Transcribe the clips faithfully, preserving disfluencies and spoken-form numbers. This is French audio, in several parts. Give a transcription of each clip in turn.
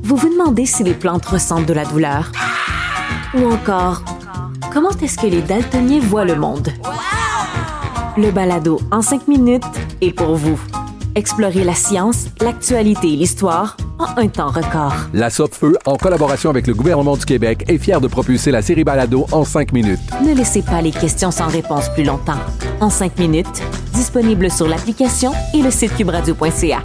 Vous vous demandez si les plantes ressentent de la douleur? Ou encore, comment est-ce que les daltoniens voient le monde? Le balado en cinq minutes est pour vous. Explorez la science, l'actualité et l'histoire en un temps record. La Sopfeu, en collaboration avec le gouvernement du Québec, est fière de propulser la série Balado en cinq minutes. Ne laissez pas les questions sans réponse plus longtemps. En cinq minutes, disponible sur l'application et le site cube radio point c a.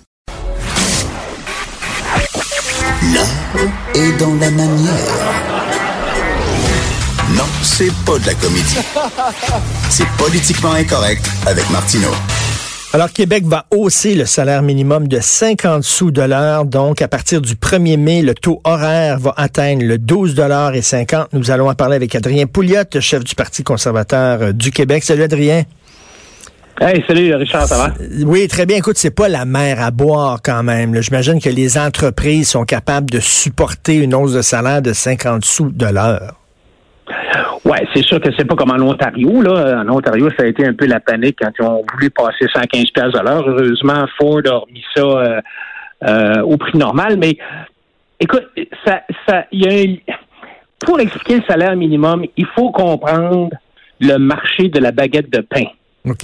L'art est dans la manière. Non, c'est pas de la comédie. C'est Politiquement incorrect avec Martineau. Alors, Québec va hausser le salaire minimum de cinquante sous de l'heure. Donc, à partir du premier mai, le taux horaire va atteindre le douze dollars cinquante. Nous allons en parler avec Adrien Pouliot, chef du Parti conservateur du Québec. Salut, Adrien. Hey, salut Richard, ça va? Oui, très bien. Écoute, c'est pas la mer à boire quand même. Là. J'imagine que les entreprises sont capables de supporter une hausse de salaire de cinquante sous de l'heure. Ouais, c'est sûr que c'est pas comme en Ontario, là. En Ontario, ça a été un peu la panique quand ils ont voulu passer cent quinze piastres de l'heure. Heureusement, Ford a remis ça euh, euh, au prix normal. Mais écoute, ça, ça, il y a un... pour expliquer le salaire minimum, il faut comprendre le marché de la baguette de pain. OK.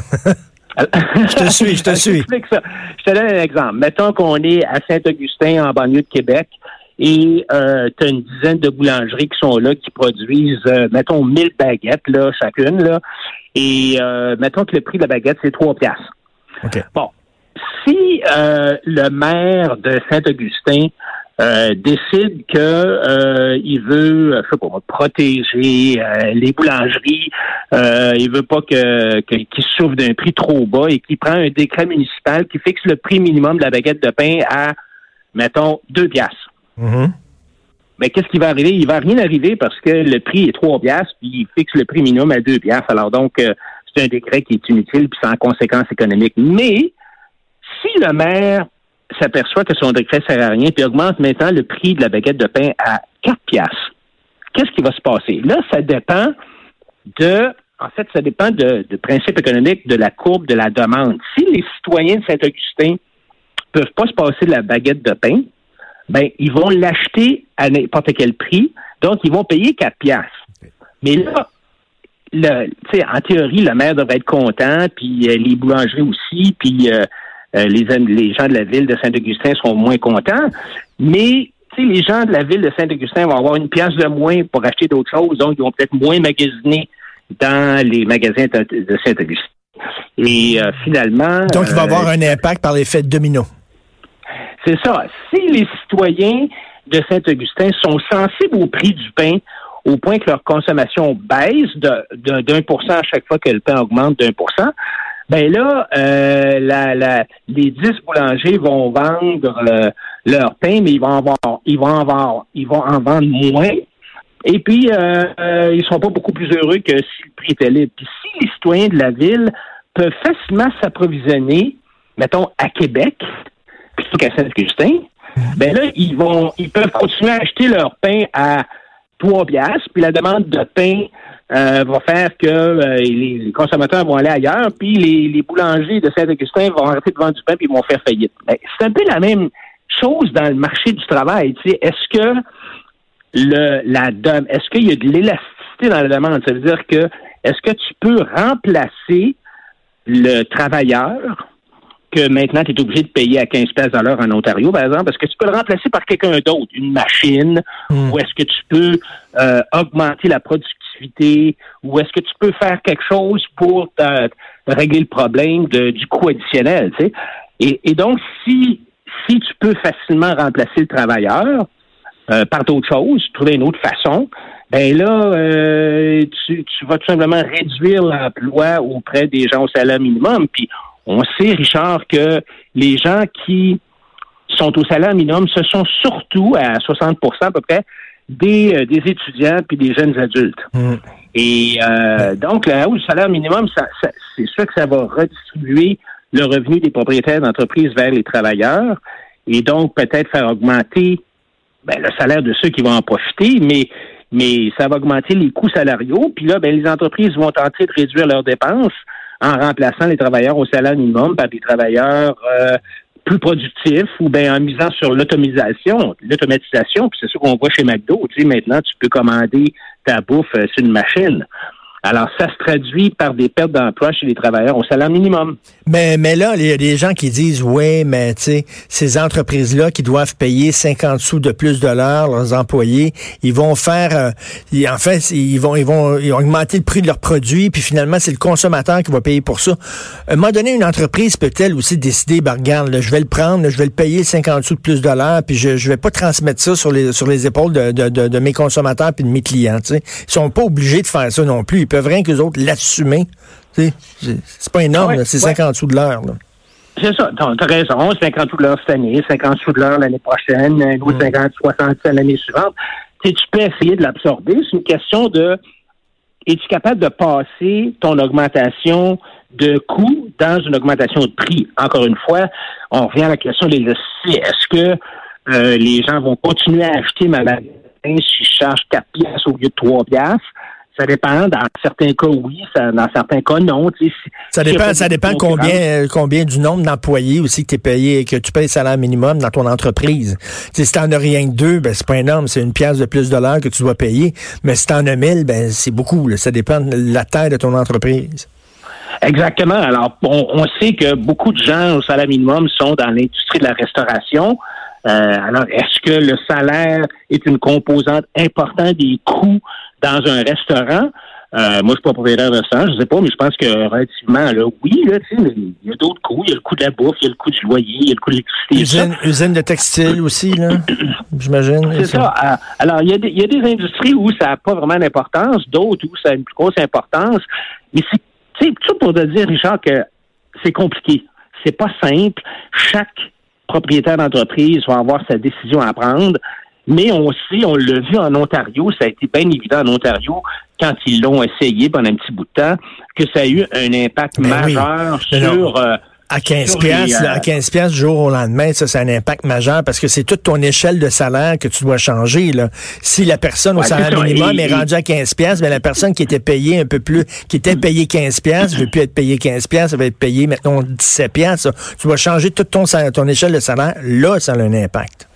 Je te suis, je te suis. J'explique ça. Je te donne un exemple. Mettons qu'on est à Saint-Augustin, en banlieue de Québec, et euh, tu as une dizaine de boulangeries qui sont là, qui produisent, euh, mettons, mille baguettes, là, chacune, là. Et euh, mettons que le prix de la baguette, c'est trois piastres. Okay. Bon. Si euh, le maire de Saint-Augustin euh, décide que euh, il veut, je sais pas, protéger euh, les boulangeries, euh, il veut pas que, que qu'ils souffrent d'un prix trop bas et qu'il prend un décret municipal qui fixe le prix minimum de la baguette de pain à, mettons, deux piastres. Mm-hmm. Mais qu'est-ce qui va arriver? Il va rien arriver parce que le prix est trois piastres, puis il fixe le prix minimum à deux piastres. Alors donc, euh, c'est un décret qui est inutile puis sans conséquences économiques. Mais si le maire s'aperçoit que son décret sert à rien puis augmente maintenant le prix de la baguette de pain à quatre piastres, qu'est-ce qui va se passer? Là, ça dépend de... En fait, ça dépend de, de principe économique de la courbe de la demande. Si les citoyens de Saint-Augustin peuvent pas se passer de la baguette de pain, ben ils vont l'acheter à n'importe quel prix, donc ils vont payer quatre piastres. Mais là, le, tu sais, en théorie, le maire devrait être content, puis euh, les boulangeries aussi, puis euh, euh, les, les gens de la ville de Saint-Augustin seront moins contents. Mais tu sais, les gens de la ville de Saint-Augustin vont avoir une pièce de moins pour acheter d'autres choses, donc ils vont peut-être moins magasiner dans les magasins de Saint-Augustin. Et euh, finalement... Donc, il va euh, avoir un impact par l'effet de domino. C'est ça. Si les citoyens de Saint-Augustin sont sensibles au prix du pain au point que leur consommation baisse de, de, d'un pour cent à chaque fois que le pain augmente d'un pour cent, ben là, euh, la, la, les dix boulangers vont vendre euh, leur pain, mais ils vont avoir, ils vont avoir, ils vont en vendre moins. Et puis, euh, euh, ils ne seront pas beaucoup plus heureux que si le prix était libre. Puis si les citoyens de la ville peuvent facilement s'approvisionner, mettons, à Québec, plutôt qu'à Saint-Augustin, ben là, ils vont, ils peuvent continuer à acheter leur pain à trois piastres, puis la demande de pain euh, va faire que euh, les, les consommateurs vont aller ailleurs, puis les, les boulangers de Saint-Augustin vont arrêter de vendre du pain, puis ils vont faire faillite. Ben, c'est un peu la même chose dans le marché du travail. Tu sais, est-ce que le la est-ce qu'il y a de l'élasticité dans la demande? Ça veut dire que est-ce que tu peux remplacer le travailleur que maintenant tu es obligé de payer à quinze piastres de l'heure en Ontario, par exemple? Est-ce que tu peux le remplacer par quelqu'un d'autre, une machine, mmh. ou est-ce que tu peux euh, augmenter la productivité, ou est-ce que tu peux faire quelque chose pour te, régler le problème de, du coût additionnel, tu sais? Et, et donc, si si tu peux facilement remplacer le travailleur euh, par d'autres choses, trouver une autre façon, ben là, euh, tu, tu vas tout simplement réduire l'emploi auprès des gens au salaire minimum. Puis on sait, Richard, que les gens qui sont au salaire minimum, ce sont surtout, à soixante pour cent à peu près, des, euh, des étudiants puis des jeunes adultes. Mmh. Et euh, donc, la hausse du salaire minimum, ça, ça, c'est sûr que ça va redistribuer le revenu des propriétaires d'entreprises vers les travailleurs et donc peut-être faire augmenter ben, le salaire de ceux qui vont en profiter, mais mais ça va augmenter les coûts salariaux. Puis là, ben, les entreprises vont tenter de réduire leurs dépenses en remplaçant les travailleurs au salaire minimum par des travailleurs euh, plus productifs ou bien en misant sur l'automatisation, l'automatisation, puis c'est sûr qu'on voit chez McDo, tu sais, maintenant, tu peux commander ta bouffe euh, sur une machine. Alors, ça se traduit par des pertes d'emploi chez les travailleurs au salaire minimum. Mais, mais là, il y a des gens qui disent, oui, mais tu sais, ces entreprises-là qui doivent payer cinquante sous de plus de l'heure, leurs employés, ils vont faire, euh, ils, en fait, ils vont, ils vont, ils vont augmenter le prix de leurs produits, puis finalement, c'est le consommateur qui va payer pour ça. À un moment donné, une entreprise peut-elle aussi décider, ben regarde, là, je vais le prendre, là, je vais le payer cinquante sous de plus de l'heure, puis je, je vais pas transmettre ça sur les, sur les épaules de, de, de, de mes consommateurs puis de mes clients, tu sais. Ils sont pas obligés de faire ça non plus. Ils peuvent rien qu'eux autres l'assumer. C'est, c'est pas énorme, ouais, là, c'est ouais. cinquante sous de l'heure. Là. C'est ça, t'as, t'as raison. cinquante sous de l'heure cette année, cinquante sous de l'heure l'année prochaine, un autre mm. cinquante, soixante l'année suivante. T'sais, tu peux essayer de l'absorber. C'est une question de, es-tu capable de passer ton augmentation de coût dans une augmentation de prix? Encore une fois, on revient à la question des élastiques. Est-ce que euh, les gens vont continuer à acheter ma magasin si je charge quatre piastres au lieu de trois piastres? Ça dépend. Dans certains cas, oui. Ça, dans certains cas, non. Tu sais, si, ça dépend, ça dépend combien, euh, combien du nombre d'employés aussi que tu es payé, que tu payes salaire minimum dans ton entreprise. Tu sais, si t'en as rien que deux, ben c'est pas énorme. C'est une pièce de plus de l'heure que tu dois payer. Mais si t'en as mille, ben c'est beaucoup. Là. Ça dépend de la taille de ton entreprise. Exactement. Alors, on, on sait que beaucoup de gens au salaire minimum sont dans l'industrie de la restauration. Euh, alors, est-ce que le salaire est une composante importante des coûts dans un restaurant? Euh, moi, je suis pas propriétaire de restaurant, je sais pas, mais je pense que relativement, là, oui, là, tu sais, mais il y a d'autres coûts. Il y a le coût de la bouffe, il y a le coût du loyer, il y a le coût de l'électricité. Usine, usine de textile aussi, là, j'imagine. C'est ça. ça. Alors, il y, a des, il y a des industries où ça n'a pas vraiment d'importance, d'autres où ça a une plus grosse importance. Mais c'est, tu sais, tout pour te dire, Richard, que c'est compliqué. C'est pas simple. Chaque propriétaire d'entreprise va avoir sa décision à prendre. Mais on sait, on l'a vu en Ontario, ça a été bien évident en Ontario, quand ils l'ont essayé pendant un petit bout de temps, que ça a eu un impact ben majeur oui. sur... Euh, à quinze piastres, euh... à quinze piastres du jour au lendemain, ça, c'est un impact majeur parce que c'est toute ton échelle de salaire que tu dois changer, là. Si la personne au ouais, salaire minimum et, est rendue à quinze piastres, mais la personne qui était payée un peu plus, qui était payée quinze piastres, ne veut plus être payée quinze piastres, ça va être payé maintenant dix-sept piastres. Tu dois changer toute ton, ton échelle de salaire. Là, ça a un impact.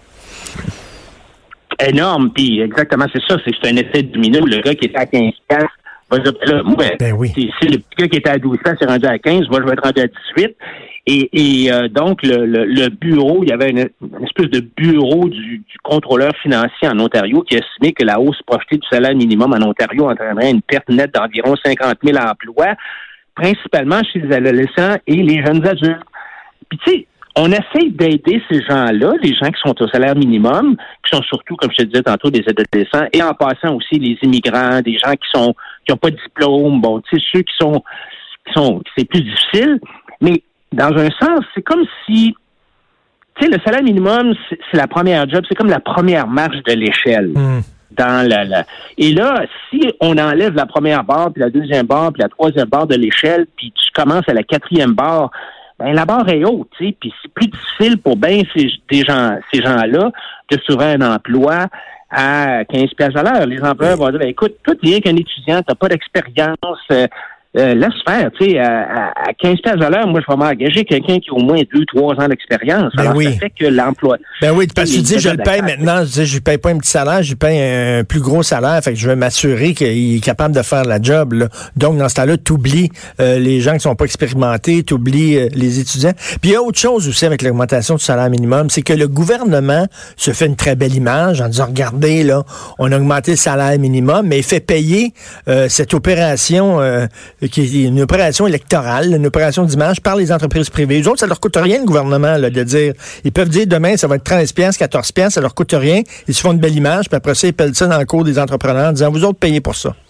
Énorme, puis exactement, c'est ça, c'est, c'est un effet domino. Le gars qui était à quinze piastres, va dire, là, moi, ben oui. si, si le gars qui était à douze piastres est rendu à quinze, moi, je vais être rendu à dix-huit. Et, et euh, donc, le, le, le bureau, il y avait une, une espèce de bureau du, du contrôleur financier en Ontario qui estimait que la hausse projetée du salaire minimum en Ontario entraînerait une perte nette d'environ cinquante mille emplois, principalement chez les adolescents et les jeunes adultes. Puis, tu sais, on essaie d'aider ces gens-là, les gens qui sont au salaire minimum, qui sont surtout, comme je te disais tantôt, des adolescents, et en passant aussi les immigrants, des gens qui sont qui n'ont pas de diplôme, bon, tu sais, ceux qui sont qui sont c'est plus difficile, mais dans un sens, c'est comme si, tu sais, le salaire minimum, c'est, c'est la première job, c'est comme la première marche de l'échelle. Mmh. Dans la, la et là, si on enlève la première barre, puis la deuxième barre, puis la troisième barre de l'échelle, puis tu commences à la quatrième barre, ben la barre est haute, tu sais, puis c'est plus difficile pour bien ces, des gens, ces gens-là de trouver un emploi à quinze piastres à l'heure. Les employeurs vont dire, ben, écoute, toi, tu es qu'un étudiant, t'as pas d'expérience, euh, euh, laisse faire, tu sais, à, à quinze piastres à l'heure, moi, je vais m'engager quelqu'un qui a au moins deux, trois ans d'expérience. Ben Alors, oui. ça fait que l'emploi... Ben oui, parce que tu dis, je le paye maintenant, je dis, je lui paye pas un petit salaire, je lui paye un plus gros salaire, fait que je vais m'assurer qu'il est capable de faire la job, là. Donc, dans ce temps-là, t'oublies euh, les gens qui sont pas expérimentés, t'oublies euh, les étudiants. Puis il y a autre chose aussi avec l'augmentation du salaire minimum, c'est que le gouvernement se fait une très belle image en disant, regardez, là, on a augmenté le salaire minimum, mais il fait payer euh, cette opération euh, qui est une opération électorale, une opération d'image par les entreprises privées. Les autres, ça leur coûte rien, le gouvernement, là, de dire, ils peuvent dire demain, ça va être treize piastres, quatorze piastres, ça leur coûte rien, ils se font une belle image, puis après ça, ils pèlent ça dans le cours des entrepreneurs en disant, vous autres, payez pour ça.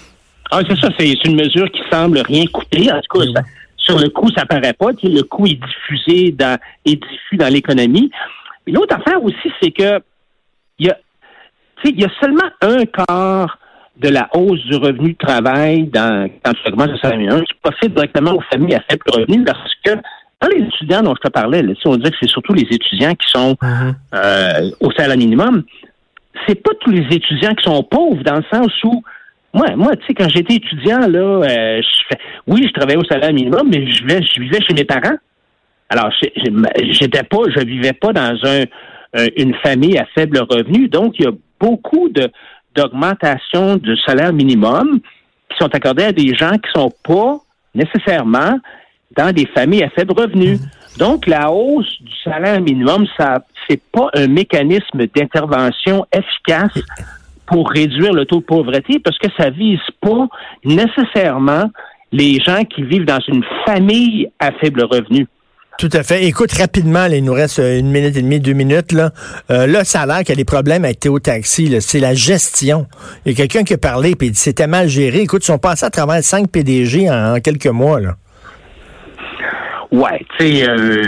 Ah, c'est ça, c'est, c'est une mesure qui semble rien coûter. En tout cas, oui. ça, sur le coup, ça paraît pas. Tu sais, le coût est diffusé dans, est diffus dans l'économie. Et l'autre affaire aussi, c'est que il y a, tu sais, il y a seulement un quart de la hausse du revenu de travail dans, quand tu augmentes le salaire minimum, qui profite directement aux familles à faible revenu parce que dans les étudiants dont je te parlais, là, on disait que c'est surtout les étudiants qui sont mm-hmm. euh, au salaire minimum. C'est pas tous les étudiants qui sont pauvres dans le sens où moi, moi, tu sais, quand j'étais étudiant, là, euh, je fais oui, je travaillais au salaire minimum, mais je vivais, je vivais chez mes parents. Alors, j'étais pas, je vivais pas dans un une famille à faible revenu, donc il y a beaucoup de d'augmentation du salaire minimum qui sont accordées à des gens qui sont pas nécessairement dans des familles à faible revenu. Donc, la hausse du salaire minimum, ça, c'est pas un mécanisme d'intervention efficace pour réduire le taux de pauvreté parce que ça vise pas nécessairement les gens qui vivent dans une famille à faible revenu. Tout à fait. Écoute, rapidement, là, il nous reste une minute et demie, deux minutes. Là, euh, là ça a l'air qu'il y a des problèmes avec Théo Taxi. Là. C'est la gestion. Il y a quelqu'un qui a parlé et il dit c'était mal géré. Écoute, ils sont passés à travers cinq P D G en, en quelques mois. Là. Ouais, tu sais, euh,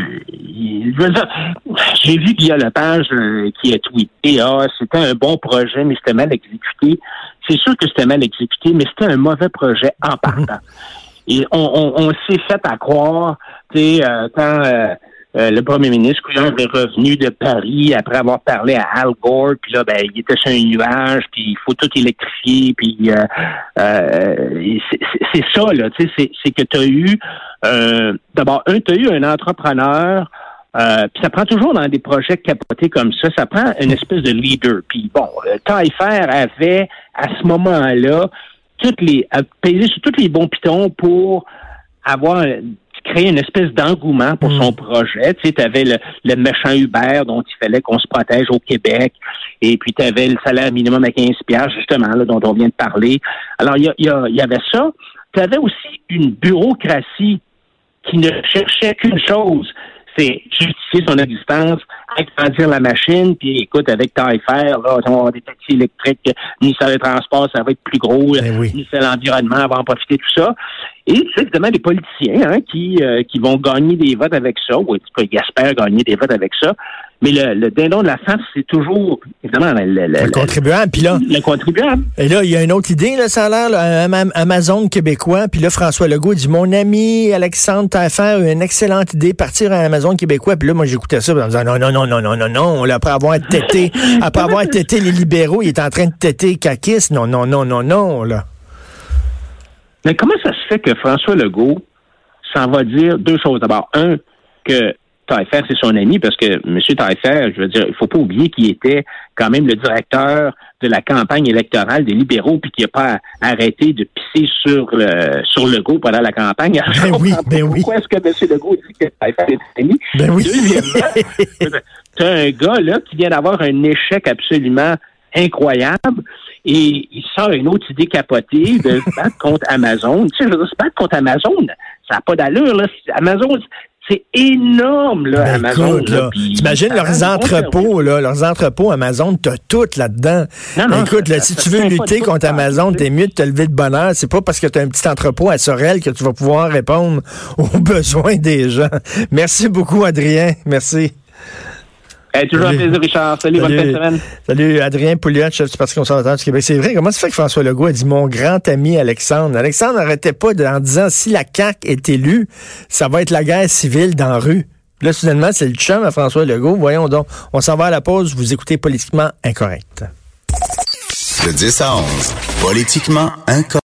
j'ai vu qu'il y a Lepage euh, qui a tweeté, ah, c'était un bon projet, mais c'était mal exécuté. C'est sûr que c'était mal exécuté, mais c'était un mauvais projet en partant. Et on, on, on s'est fait à croire, tu sais, euh, quand euh, euh, le premier ministre Couillard est revenu de Paris après avoir parlé à Al Gore, puis là, ben, il était sur un nuage, puis il faut tout électrifier, puis euh, euh, c'est, c'est ça, là, tu sais, c'est, c'est que tu as eu, euh, d'abord, un, tu as eu un entrepreneur, euh, puis ça prend toujours dans des projets capotés comme ça, ça prend une espèce de leader. Puis bon, euh, Taillefer avait, à ce moment-là, toutes les, à peser sur tous les bons pitons pour avoir créé une espèce d'engouement pour mmh. son projet. Tu sais, tu avais le, le méchant Uber dont il fallait qu'on se protège au Québec, et puis tu avais le salaire minimum à quinze piastres, justement, là, dont on vient de parler. Alors, il y, a, y, a, y avait ça. Tu avais aussi une bureaucratie qui ne cherchait qu'une chose, c'est justifier son existence, agrandir la machine, puis écoute, avec Taillefer, là, on va avoir des taxis électriques, le ministère des Transports, ça va être plus gros, ben oui. le ministère de l'Environnement va en profiter, tout ça. Et tu sais, évidemment, des politiciens hein, qui euh, qui vont gagner des votes avec ça, ou en tout cas, ils espèrent gagner des votes avec ça. Mais le, le dindon de la farce, c'est toujours, évidemment, le, le, le, le contribuable. Puis là, le contribuable. Et là, il y a une autre idée, là, ça a l'air, là, un Amazon québécois. Puis là, François Legault dit, mon ami Alexandre Taillefer a eu une excellente idée, partir à Amazon québécois. Puis là, moi, j'écoutais ça en disant, non, non, non, non, non, non, non. Là, après avoir tété, après avoir tété les libéraux, il est en train de téter Kakis. Non, non, non, non, non, là. Mais comment ça se fait que François Legault s'en va dire deux choses? D'abord, un, que Taillefer, c'est son ami, parce que M. Taillefer, je veux dire, il faut pas oublier qu'il était quand même le directeur de la campagne électorale des libéraux, puis qu'il n'a pas arrêté de pisser sur le sur Legault pendant la campagne. Alors, ben oui, ben oui. Pourquoi est-ce que M. Legault dit que Taillefer est ami? Ben oui. Deuxièmement, tu as un gars là qui vient d'avoir un échec absolument incroyable, et il sort une autre idée capotée de se battre contre Amazon. Tu sais, je veux dire, se battre contre Amazon, ça n'a pas d'allure, là. Amazon, c'est énorme, là, ben Amazon. Écoute, là, t'imagines leurs entrepôts, là, leurs entrepôts Amazon, t'as tout là-dedans. Non, non, écoute, ça, là, si tu veux lutter contre Amazon, t'es mieux de te lever de bonne heure. C'est pas parce que t'as un petit entrepôt à Sorel que tu vas pouvoir répondre aux besoins des gens. Merci beaucoup, Adrien. Merci. Hey, toujours Salut. Un plaisir, Richard. Salut, Salut, bonne fin de semaine. Salut, Adrien Pouliot, chef du Parti conservateur du Québec. C'est vrai, comment ça fait que François Legault a dit mon grand ami Alexandre? Alexandre n'arrêtait pas de, en disant si la C A Q est élue, ça va être la guerre civile dans la rue. Là, soudainement, c'est le chum à François Legault. Voyons donc. On s'en va à la pause. Vous écoutez Politiquement Incorrect. De dix à onze, Politiquement Incorrect.